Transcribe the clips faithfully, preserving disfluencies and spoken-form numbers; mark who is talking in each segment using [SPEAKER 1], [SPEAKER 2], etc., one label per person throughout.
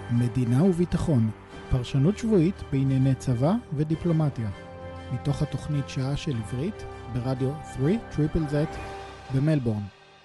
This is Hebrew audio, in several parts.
[SPEAKER 1] מדינה וביטחון, פרשנות שבועית בענייני צבא ודיפלומטיה. מתוך התוכנית שעה של עברית ברדיו שלוש זד זד במלבורן.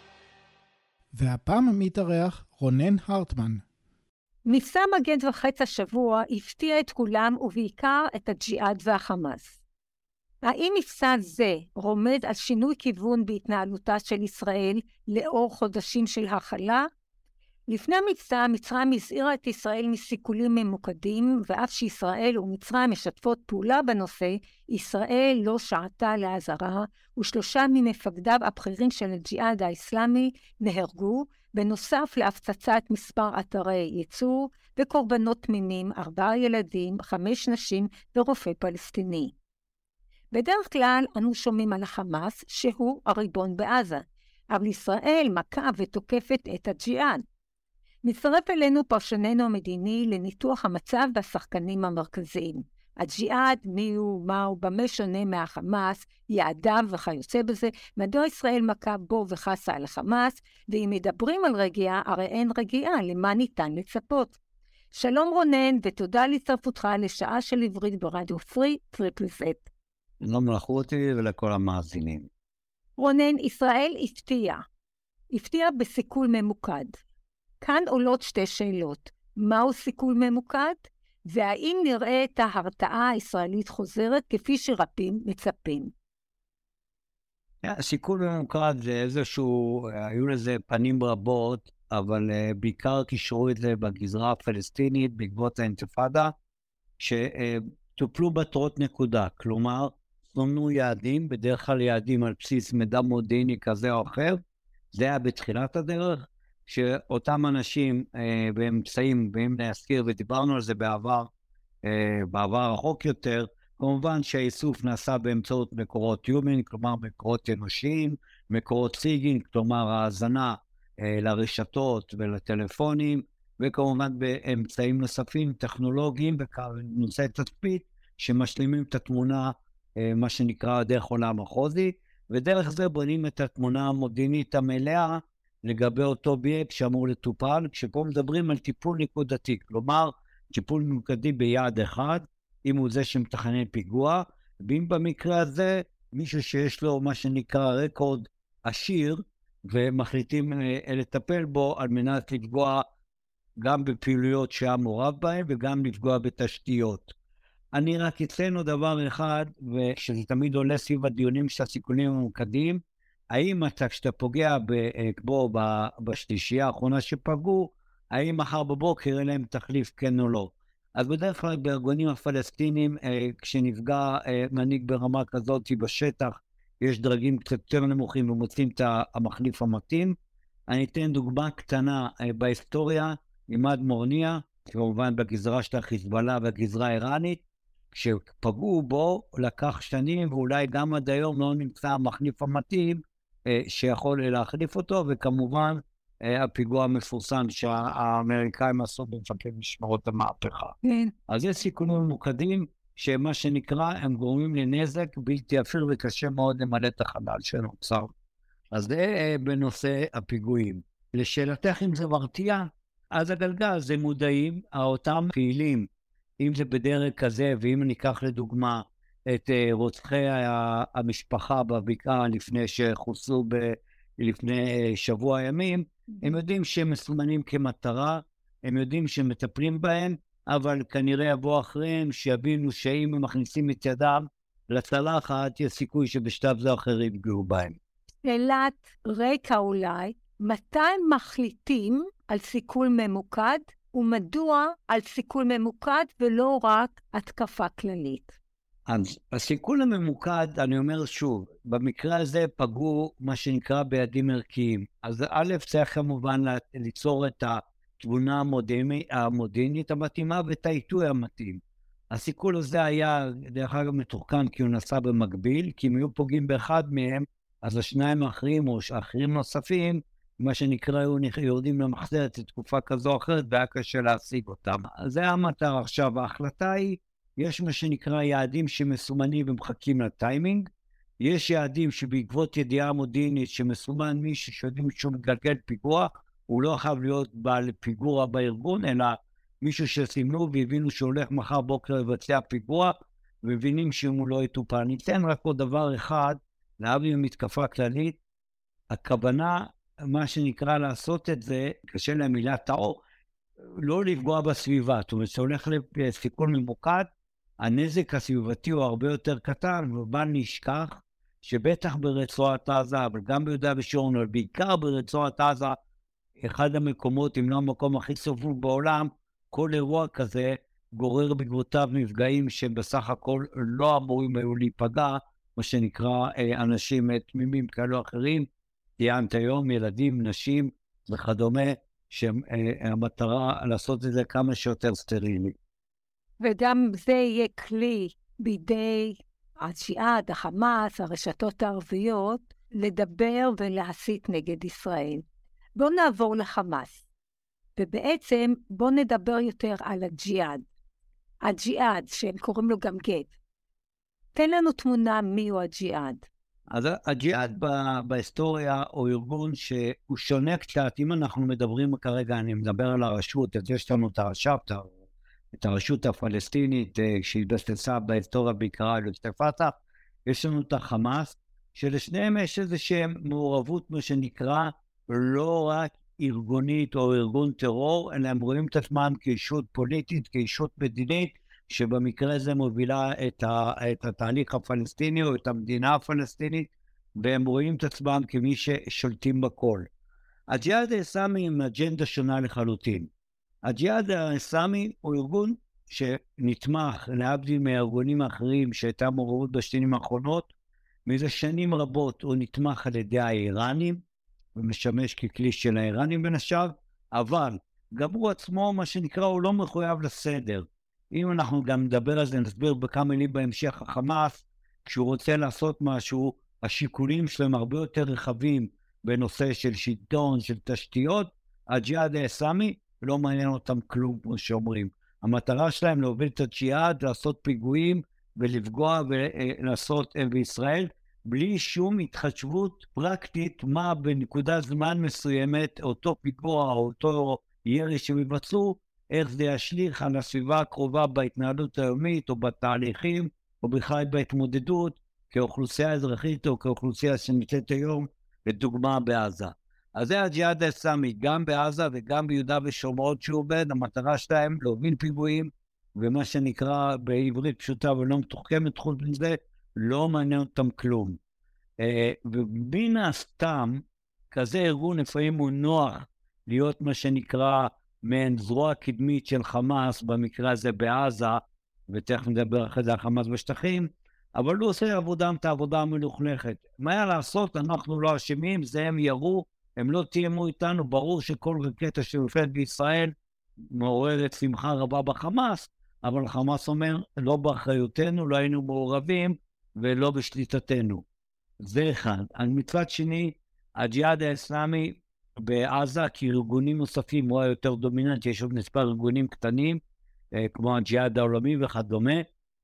[SPEAKER 1] והפעם מתארח רונן הרטמן.
[SPEAKER 2] מבצע מגן וחץ השבוע הפתיע את כולם ובעיקר את הג'יהאד והחמאס. האם מבצע זה רומז על שינוי כיוון בהתנהלותה של ישראל לאור חודשים של הכלה? לפני המבצע, מצרים הזהירה את ישראל מסיכולים ממוקדים, ואף שישראל ומצרים משתפות פעולה בנושא, ישראל לא שעתה לאזהרה, ושלושה ממפקדיו הבכירים של הג'יהאד האסלאמי נהרגו, בנוסף להפצצת מספר אתרי ייצור וקורבנות תמימים, ארבעה ילדים, חמש נשים ורופא פלסטיני. בדרך כלל אנו שומעים על החמאס שהוא הריבון בעזה, אבל ישראל מכה ותוקפת את הג'יהאד. מצטרף אלינו פרשננו המדיני לניתוח המצב והשחקנים המרכזיים. הג'יהאד, מי הוא, מה הוא, במה שונה מהחמאס, יעדיו וכיוצא בזה, מדוע ישראל מכה בו וחסה על החמאס, ואם מדברים על רגיעה, הרי אין רגיעה, למה ניתן לצפות. שלום רונן, ותודה להצטרפותך לשעה של עברית ברדיו שלוש זד.
[SPEAKER 3] שלום לכותי ולכל המאזינים.
[SPEAKER 2] רונן, ישראל הפתיע. הפתיע בסיכול ממוקד. כאן עולות שתי שאלות. מהו סיכול ממוקד? והאם נראה את ההרתעה הישראלית חוזרת כפי שרבים מצפים?
[SPEAKER 3] סיכול ממוקד זה איזשהו, היו לזה פנים רבות, אבל uh, בעיקר קישרו את זה בגזרה הפלסטינית, בעקבות האינתיפאדה, שטופלו בטרות נקודה. כלומר, סומנו יעדים, בדרך כלל יעדים על בסיס מידע מודיעיני כזה או אחר. זה היה בתחילת הדרך. שאותם אנשים אה, באמצעים, ואם להזכיר, ודיברנו על זה בעבר, אה, בעבר רחוק יותר, כמובן שהאיסוף נעשה באמצעות מקורות יומין, כלומר מקורות אנושיים, מקורות סיגין, כלומר ההזנה אה, לרשתות ולטלפונים, וכמובן באמצעים נוספים, טכנולוגיים, ונושאי תצפית, שמשלימים את התמונה, אה, מה שנקרא דרך עולם החוזי, ודרך זה בונים את התמונה המודיעינית המלאה, לגבי אותו אובייקט שאמור לטופל, כשפה מדברים על טיפול נקודתי, כלומר, טיפול נקודתי ביעד אחד, אם הוא זה שמתכנן פיגוע, ואם במקרה הזה, מישהו שיש לו מה שנקרא רקורד עשיר, ומחליטים לטפל בו על מנת לפגוע גם בפעילויות שהיה מעורב בהן, וגם לפגוע בתשתיות. אני רק אצלנו דבר אחד, ושזה תמיד עולה סביב הדיונים של הסיכונים הממוקדים, האם אתה, כשאתה פוגע בו בשלישייה האחרונה שפגעו, האם מחר בבוקר יהיה להם תחליף כן או לא? אז בדרך כלל בארגונים הפלסטינים, כשנפגע מנהיג ברמה כזאת בשטח, יש דרגים קצת יותר נמוכים ומוצאים את המחליף המתאים. אני אתן דוגמה קטנה בהיסטוריה, עימאד מורניה, כמובן בגזרה של החיזבאללה והגזרה האיראנית, כשפגעו בו לקח שנים, ואולי גם עד היום לא נמצא המחליף המתאים, שיכול להחליף אותו, וכמובן הפיגוע המפורסם שהאמריקאים עשו במפקד משמרות המהפכה.
[SPEAKER 2] כן.
[SPEAKER 3] אז יש סיכונים ממוקדים, שמה שנקרא, הם גורמים לנזק בלתי אפשרי וקשה מאוד למלא את החלל שנוצר. אז זה בנושא הפיגועים. לשאלתך אם זה מרתיע, אז הגלגל זה מודעים, אותם פעילים, אם זה בדרך כזה, ואם ניקח לדוגמה, את רוצחי המשפחה בבקעה לפני שחוסו ב... לפני שבוע ימים, הם יודעים שהם מסומנים כמטרה, הם יודעים שהם מטפלים בהם, אבל כנראה יבוא אחריהם שיבינו שאם הם מכניסים את ידם לצלחת, יש סיכוי שבשלב זה אחרים יפגעו בהם.
[SPEAKER 2] שאלת רקע אולי, מתי מחליטים על סיכול ממוקד, ומדוע על סיכול ממוקד ולא רק התקפה כללית?
[SPEAKER 3] אז הסיכול הממוקד, אני אומר שוב, במקרה הזה פגעו מה שנקרא ביעדים ערכיים. אז א', צריך כמובן ליצור את התבונה המודיעינית, המודיעינית המתאימה ואת העיתוי המתאים. הסיכול הזה היה דרך אגב מתוחכם כי הוא נסע במקביל, כי אם היו פוגעים באחד מהם, אז השניים האחרים או האחרים נוספים, מה שנקרא היו יורדים למחזרת לתקופה כזו או אחרת, והיה קשה להשיג אותם. אז זה המטרה. עכשיו, ההחלטה היא, יש מה שנקרא יעדים שמסומנים ומחכים לטיימינג, יש יעדים שבעקבות ידיעה מודיעינית שמסומן מישהו שיודעים שהוא מגלגל פיגוע, הוא לא חייב להיות בעל פיגוע בארגון, אלא מישהו שסימנו והבינו שהוא הולך מחר בוקר לבצע פיגוע, ומבינים שאם הוא לא יטופל. ניתן רק עוד דבר אחד, להביא מתקפה כללית, הכוונה, מה שנקרא לעשות את זה, קשה למילה טהור, לא לפגוע בסביבה, זאת אומרת, שהולך לסיכון ממוקד, הנזק הסביבתי הוא הרבה יותר קטן, ובל נשכח שבטח ברצועת עזה, אבל גם ביהודה ושומרון, אבל בעיקר ברצועת עזה, אחד המקומות, אם לא המקום הכי סובב בעולם, כל אירוע כזה גורר בגבותיו מפגעים שבסך הכל לא אמורים היו להיפגע, מה שנקרא אנשים תמימים כאלו אחרים, תיינת היום, ילדים, נשים וכדומה, שהמטרה לעשות את זה כמה שיותר סטרילי.
[SPEAKER 2] וגם זה יהיה כלי בידי הג'יהאד, החמאס, הרשתות הערביות, לדבר ולהסית נגד ישראל. בואו נעבור לחמאס, ובעצם בואו נדבר יותר על הג'יהאד. הג'יהאד, שהם קוראים לו גם גט. תן לנו תמונה מיהו הג'יהאד.
[SPEAKER 3] אז הג'יהאד בהיסטוריה הוא ארגון שהוא שונה קצת, אם אנחנו מדברים כרגע, אני מדבר על הרשות, אז יש לנו את הרש"פ, את הרשות הפלסטינית שהתבססה בהיסטוריה בעיקרה על פתח, יש לנו את החמאס, שלשניהם יש איזושהי מעורבות, מה שנקרא, לא רק ארגונית או ארגון טרור, אלא הם רואים את עצמם כאישות פוליטית, כאישות מדינית, שבמקרה זה מובילה את, ה, את התהליך הפלסטיני או את המדינה הפלסטינית, והם רואים את עצמם כמי ששולטים בכל. הג'יהאד האסלאמי עם אג'נדה שונה לחלוטין. הג'יהאד האסלאמי הוא ארגון שנתמך, להבדיל מהארגונים האחרים שהייתה מעורבות בשנים האחרונות, מזה שנים רבות הוא נתמך על ידי האיראנים, ומשמש ככלי של האיראנים בין השאר, אבל גם הוא עצמו, מה שנקרא, הוא לא מחויב לסדר. אם אנחנו גם נדבר על זה, נסביר בכמה מילים בהמשך, החמאס, כשהוא רוצה לעשות משהו, השיקולים שלהם הרבה יותר רחבים בנושא של שלטון, של תשתיות, הג'יהאד האסלאמי לא מעניין אותם כלום, כמו שאומרים. המטרה שלהם להוביל את הג'יהאד, לעשות פיגועים ולפגוע ולעשות בישראל, בלי שום התחשבות פרקטית מה בנקודה זמן מסוימת, אותו פיגוע או אותו ירי שמבצעו, איך זה ישליך על הסביבה הקרובה בהתנהלות היומית או בתהליכים או בכלל בהתמודדות כאוכלוסייה אזרחית או כאוכלוסייה שנמצאת היום לדוגמה בעזה. אז זה הג'יהאד האסלאמי, גם בעזה וגם ביהודה ושומרון שהוא עובד, המטרה שלהם להוביל פיגועים, ומה שנקרא בעברית פשוטה ולא מתוחכמת חוץ מזה, לא מעניין אותם כלום. ובין הסתם, כזה ארגון לפעמים הוא נוח להיות מה שנקרא מעין זרוע קדמית של חמאס, במקרה הזה בעזה, ותכף נדבר אחרי זה על חמאס בשטחים, אבל הוא עושה עבודם את העבודה המלוכלכת. מה היה לעשות? אנחנו לא אשמים, זה הם ירו, הם לא תיאמו איתנו, ברור שכל רקטה שנופלת בישראל מעוררת שמחה רבה בחמאס, אבל חמאס אומר, לא באחריותנו, לא היינו מעורבים, ולא בשליטתנו. זה אחד. על מצד שני, הג'יהאד האסלאמי בעזה, כי ארגונים נוספים הוא יותר דומיננט, יש עוד מספר ארגונים קטנים, כמו הג'יהאד העולמי וכדומה,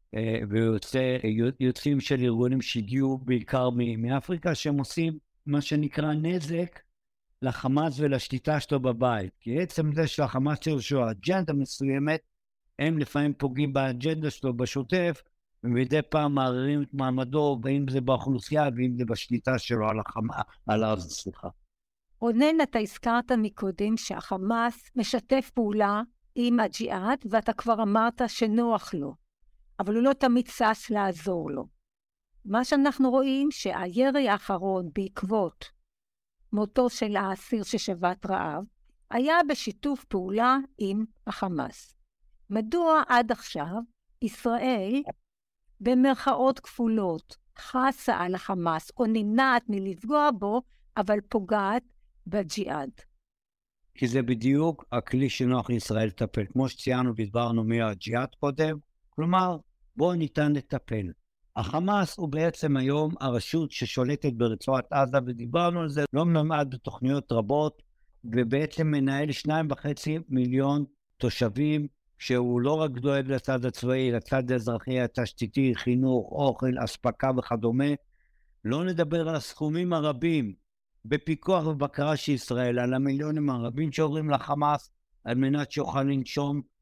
[SPEAKER 3] ויוצאים של ארגונים שהגיעו בעיקר מאפריקה, שהם עושים מה שנקרא נזק לחמאס ולשליטה שלו בבית. כי עצם זה שהחמאס שלו אג'נדה מסוימת, הם לפעמים פוגעים באג'נדה שלו בשוטף, ומדי פעם מערערים את מעמדו, ואם זה באוכלוסייה, ואם זה בשליטה שלו על החמאס, על עזה, סליחה.
[SPEAKER 2] רונן, אתה הזכרת מקודם שהחמאס משתף פעולה עם הג'יהאד, ואתה כבר אמרת שנוח לו, אבל הוא לא תמיד סס לעזור לו. מה שאנחנו רואים שהירי האחרון בעקבות מותו של האסיר ששבת רעב, היה בשיתוף פעולה עם החמאס. מדוע עד עכשיו ישראל במרכאות כפולות חסה על החמאס או נמנעת מלפגוע בו, אבל פוגעת בג'יהאד?
[SPEAKER 3] כי זה בדיוק הכלי שנוח לישראל לטפל. כמו שציינו והסברנו מהג'יהאד קודם, כלומר, בוא ניתן לטפל. החמאס הוא בעצם היום הרשות ששולטת ברצועת עזה, ודיברנו על זה לא מעט בתוכניות רבות, ובעצם מנהל שניים וחצי מיליון תושבים, שהוא לא רק דואג לצד הצבאי, לצד האזרחי, התשתיתי, חינוך, אוכל, אספקה וכדומה. לא נדבר על הסכומים הרבים בפיקוח ובקרה של ישראל, על המיליונים הרבים שעוברים לחמאס, על מנת שיוכל לנשום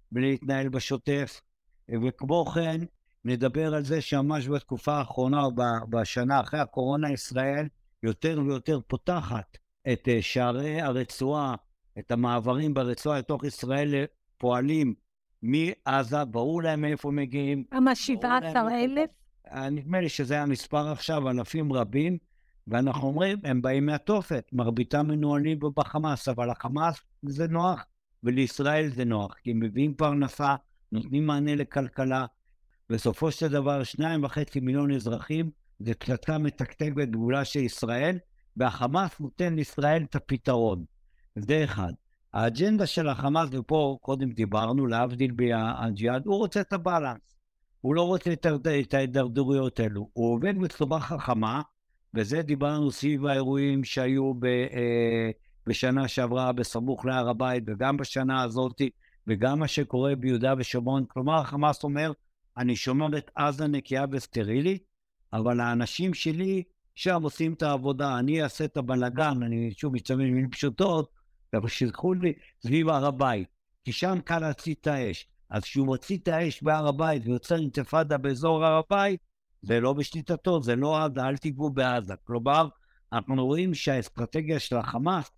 [SPEAKER 3] ולהתנהל בשוטף. וכמו כן, נדבר על זה שממש בתקופה האחרונה, או בשנה אחרי הקורונה, ישראל יותר ויותר פותחת את שערי הרצועה, את המעברים ברצועה לתוך ישראל פועלים מעזה, ברור להם מאיפה מגיעים.
[SPEAKER 2] כמה שבעה עשר אלף?
[SPEAKER 3] נדמה לי שזה המספר עכשיו, אלפים רבים, ואנחנו אומרים, הם באים מהתופת, מרביתם מנוהלים בחמאס, אבל החמאס זה נוח, ולישראל זה נוח, כי הם מביאים פרנסה, נותנים מענה לכלכלה, בסופו של דבר, שניים וחצי מיליון אזרחים, זה פצצה מתקתקת בגבולה של ישראל, והחמאס נותן לישראל את הפתרון. זה אחד. האג'נדה של החמאס, ופה קודם דיברנו, להבדיל מהג'יהאד, הוא רוצה את הבלנס. הוא לא רוצה את ההידרדרויות האלו. הוא עובד בצורה חכמה, וזה דיברנו סביב האירועים שהיו ב, אה, בשנה שעברה בסמוך להר הבית, וגם בשנה הזאת, וגם מה שקורה ביהודה ושומרון. כלומר, החמאס אומר, אני שומר את עזה נקייה וסטרילית, אבל האנשים שלי שם עושים את העבודה, אני אעשה את הבלגן, אני שוב מצטמש במילים פשוטות, אבל שזכו לי סביב הר הבית, כי שם קל להוציא את האש. אז כשהוא מוציא את האש בהר הבית ויוצר אינתיפאדה באזור הר הבית, זה לא בשליטתו, זה לא עזה, אל תיגעו בעזה. כלומר, אנחנו רואים שהאסטרטגיה של החמאס,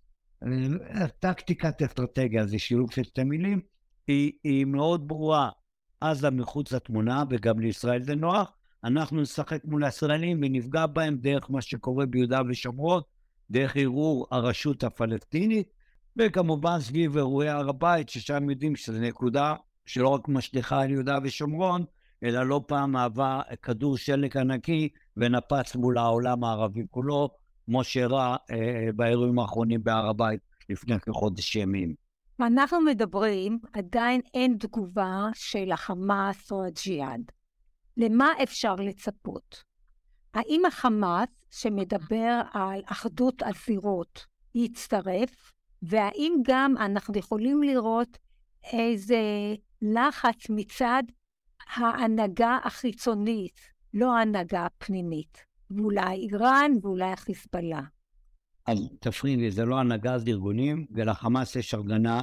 [SPEAKER 3] טקטיקת אסטרטגיה, זה שילוב של שתי מילים, היא, היא מאוד ברורה. עזה מחוץ לתמונה, וגם לישראל זה נוח, אנחנו נשחק מול הישראלים ונפגע בהם דרך מה שקורה ביהודה ושומרון, דרך ערעור הרשות הפלסטינית, וכמובן סביב אירועי הר הבית, ששם יודעים שזו נקודה שלא רק משליכה על יהודה ושומרון, אלא לא פעם מהווה כדור שלג ענקי ונפץ מול העולם הערבי כולו, כמו שאירע אה, באירועים האחרונים בהר הבית לפני כחודש ימים.
[SPEAKER 2] אנחנו מדברים, עדיין אין תגובה של החמאס או הג'יהאד. למה אפשר לצפות? האם החמאס שמדבר על אחדות הזירות יצטרף, והאם גם אנחנו יכולים לראות איזה לחץ מצד ההנהגה החיצונית, לא ההנהגה הפנימית, ואולי איראן ואולי החיזבאללה.
[SPEAKER 3] אז תפריעי לי, זה לא הנהגה, זה ארגונים, ולחמאס יש הגנה,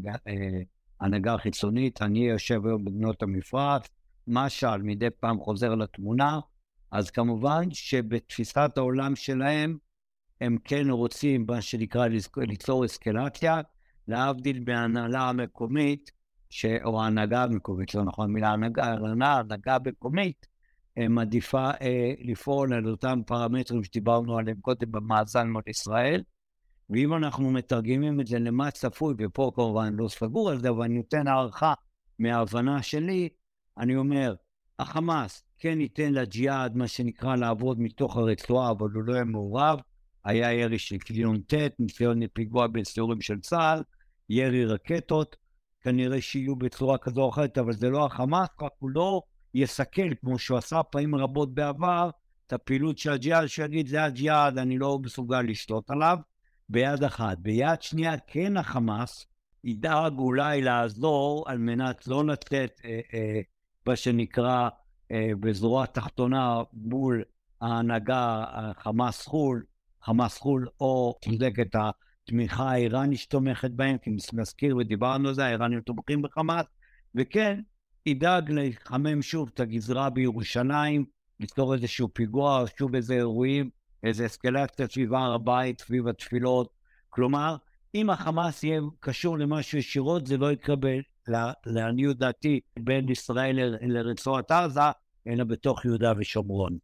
[SPEAKER 3] הנהגה חיצונית. אני יושב היום בגנות המפרץ, משל מדי פעם חוזר לתמונה, אז כמובן שבתפיסת העולם שלהם, הם כן רוצים מה שנקרא ליצור אסקלציה, להבדיל מההנהלה המקומית, ש... או ההנהגה המקומית, לא נכון, מילה הנהגה, ההנהגה המקומית, מעדיפה אה, לפעול על אותם פרמטרים שדיברנו עליהם קודם במאזן מול ישראל, ואם אנחנו מתרגמים את זה למה צפוי, ופה כמובן לא סגור על זה, אבל אני נותן הערכה מההבנה שלי, אני אומר, החמאס כן ייתן לג'יהאד מה שנקרא לעבוד מתוך הרצועה, אבל הוא לא יהיה מעורב, היה ירי של כיליון ט', ניסיון פיגוע בסיורים של צה"ל, ירי רקטות, כנראה שיהיו בצורה כזו או אחרת, אבל זה לא החמאס, רק הוא לא יסכל, כמו שהוא עשה פעמים רבות בעבר, את הפעילות של הג'יהאד, שיגיד, זה הג'יהאד, אני לא מסוגל לשלוט עליו, ביד אחת. ביד שנייה, כן החמאס, ידאג אולי לעזור, על מנת לא לתת, אה, אה, מה שנקרא, אה, בזרוע תחתונה, מול ההנהגה, חמאס חול, חמאס חול, או תמדק את התמיכה האיראנית שתומכת בהם, כי מזכיר ודיברנו על זה, האיראנים תומכים בחמאס, וכן, ידאג לחמם שוב את הגזרה בירושלים, ליצור איזשהו פיגוע, שוב איזה אירועים, איזה אסקלציה סביב הר הבית, סביב התפילות. כלומר, אם החמאס יהיה קשור למשהו ישירות, זה לא יקרה לעניות דעתי בין ישראל לרצועת עזה, אלא בתוך יהודה ושומרון.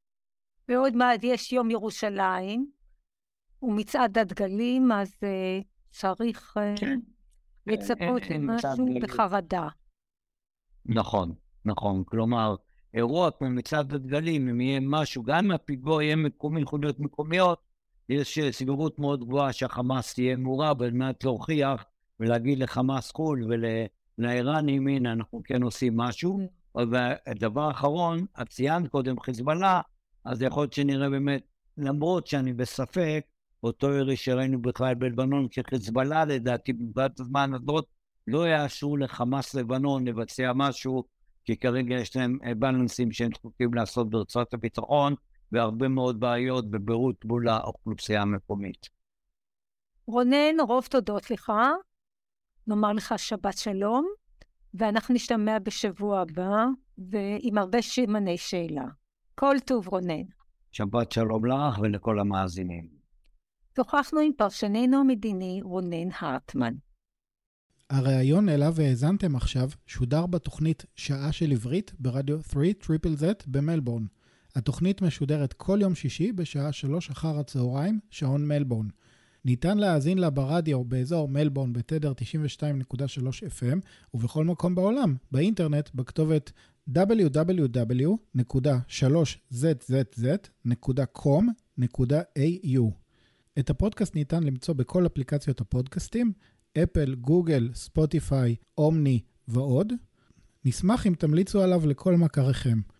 [SPEAKER 2] ועוד מעט יש יום ירושלים, ומצעד הדגלים, אז uh, צריך uh, כן. לצפות למשהו בחרדה.
[SPEAKER 3] נכון, נכון. כלומר, אירוע כמו מצעד הדגלים, אם יהיה משהו, גם אם הפיגוע יהיה מקומי, יכול להיות מקומיות, יש סבירות מאוד גבוהה שהחמאס תהיה מעורב, על מנת להוכיח ולהגיד לחמאס חול ולאיראנים, הנה, אנחנו כן עושים משהו. והדבר האחרון, ציינת קודם חיזבאללה, אז יכול להיות שנראה באמת, למרות שאני בספק, אותו ירי שראינו בכלל בלבנון, שחיזבאללה לדעתי, בבת הזמן הזאת, לא יאשרו לחמאס לבנון לבצע משהו, כי כרגע יש להם בלנסים שהם זקוקים לעשות ברצועת הביטחון, והרבה מאוד בעיות בבירות מול האוכלוסייה המקומית.
[SPEAKER 2] רונן, רוב תודות לך, נאמר לך שבת שלום, ואנחנו נשתמע בשבוע הבא, ועם הרבה שימני שאלה. כל טוב רונן.
[SPEAKER 3] שבת שלום לך ולכל המאזינים.
[SPEAKER 2] שוחחנו עם פרשננו המדיני רונן הרטמן.
[SPEAKER 1] הראיון אליו האזנתם עכשיו שודר בתוכנית שעה של עברית ברדיו שלוש טריפל זט במלבורן. התוכנית משודרת כל יום שישי בשעה שלוש אחר הצהריים, שעון מלבורן. ניתן להאזין לה ברדיו באזור מלבורן בתדר תשעים ושתיים נקודה שלוש אף אם ובכל מקום בעולם, באינטרנט בכתובת דאבליו דאבליו דאבליו נקודה שלוש זט זט זט נקודה קום נקודה איי יו. את הפודקאסט ניתן למצוא בכל אפליקציות הפודקאסטים, אפל, גוגל, ספוטיפיי, אומני ועוד. נשמח אם תמליצו עליו לכל מכריכם.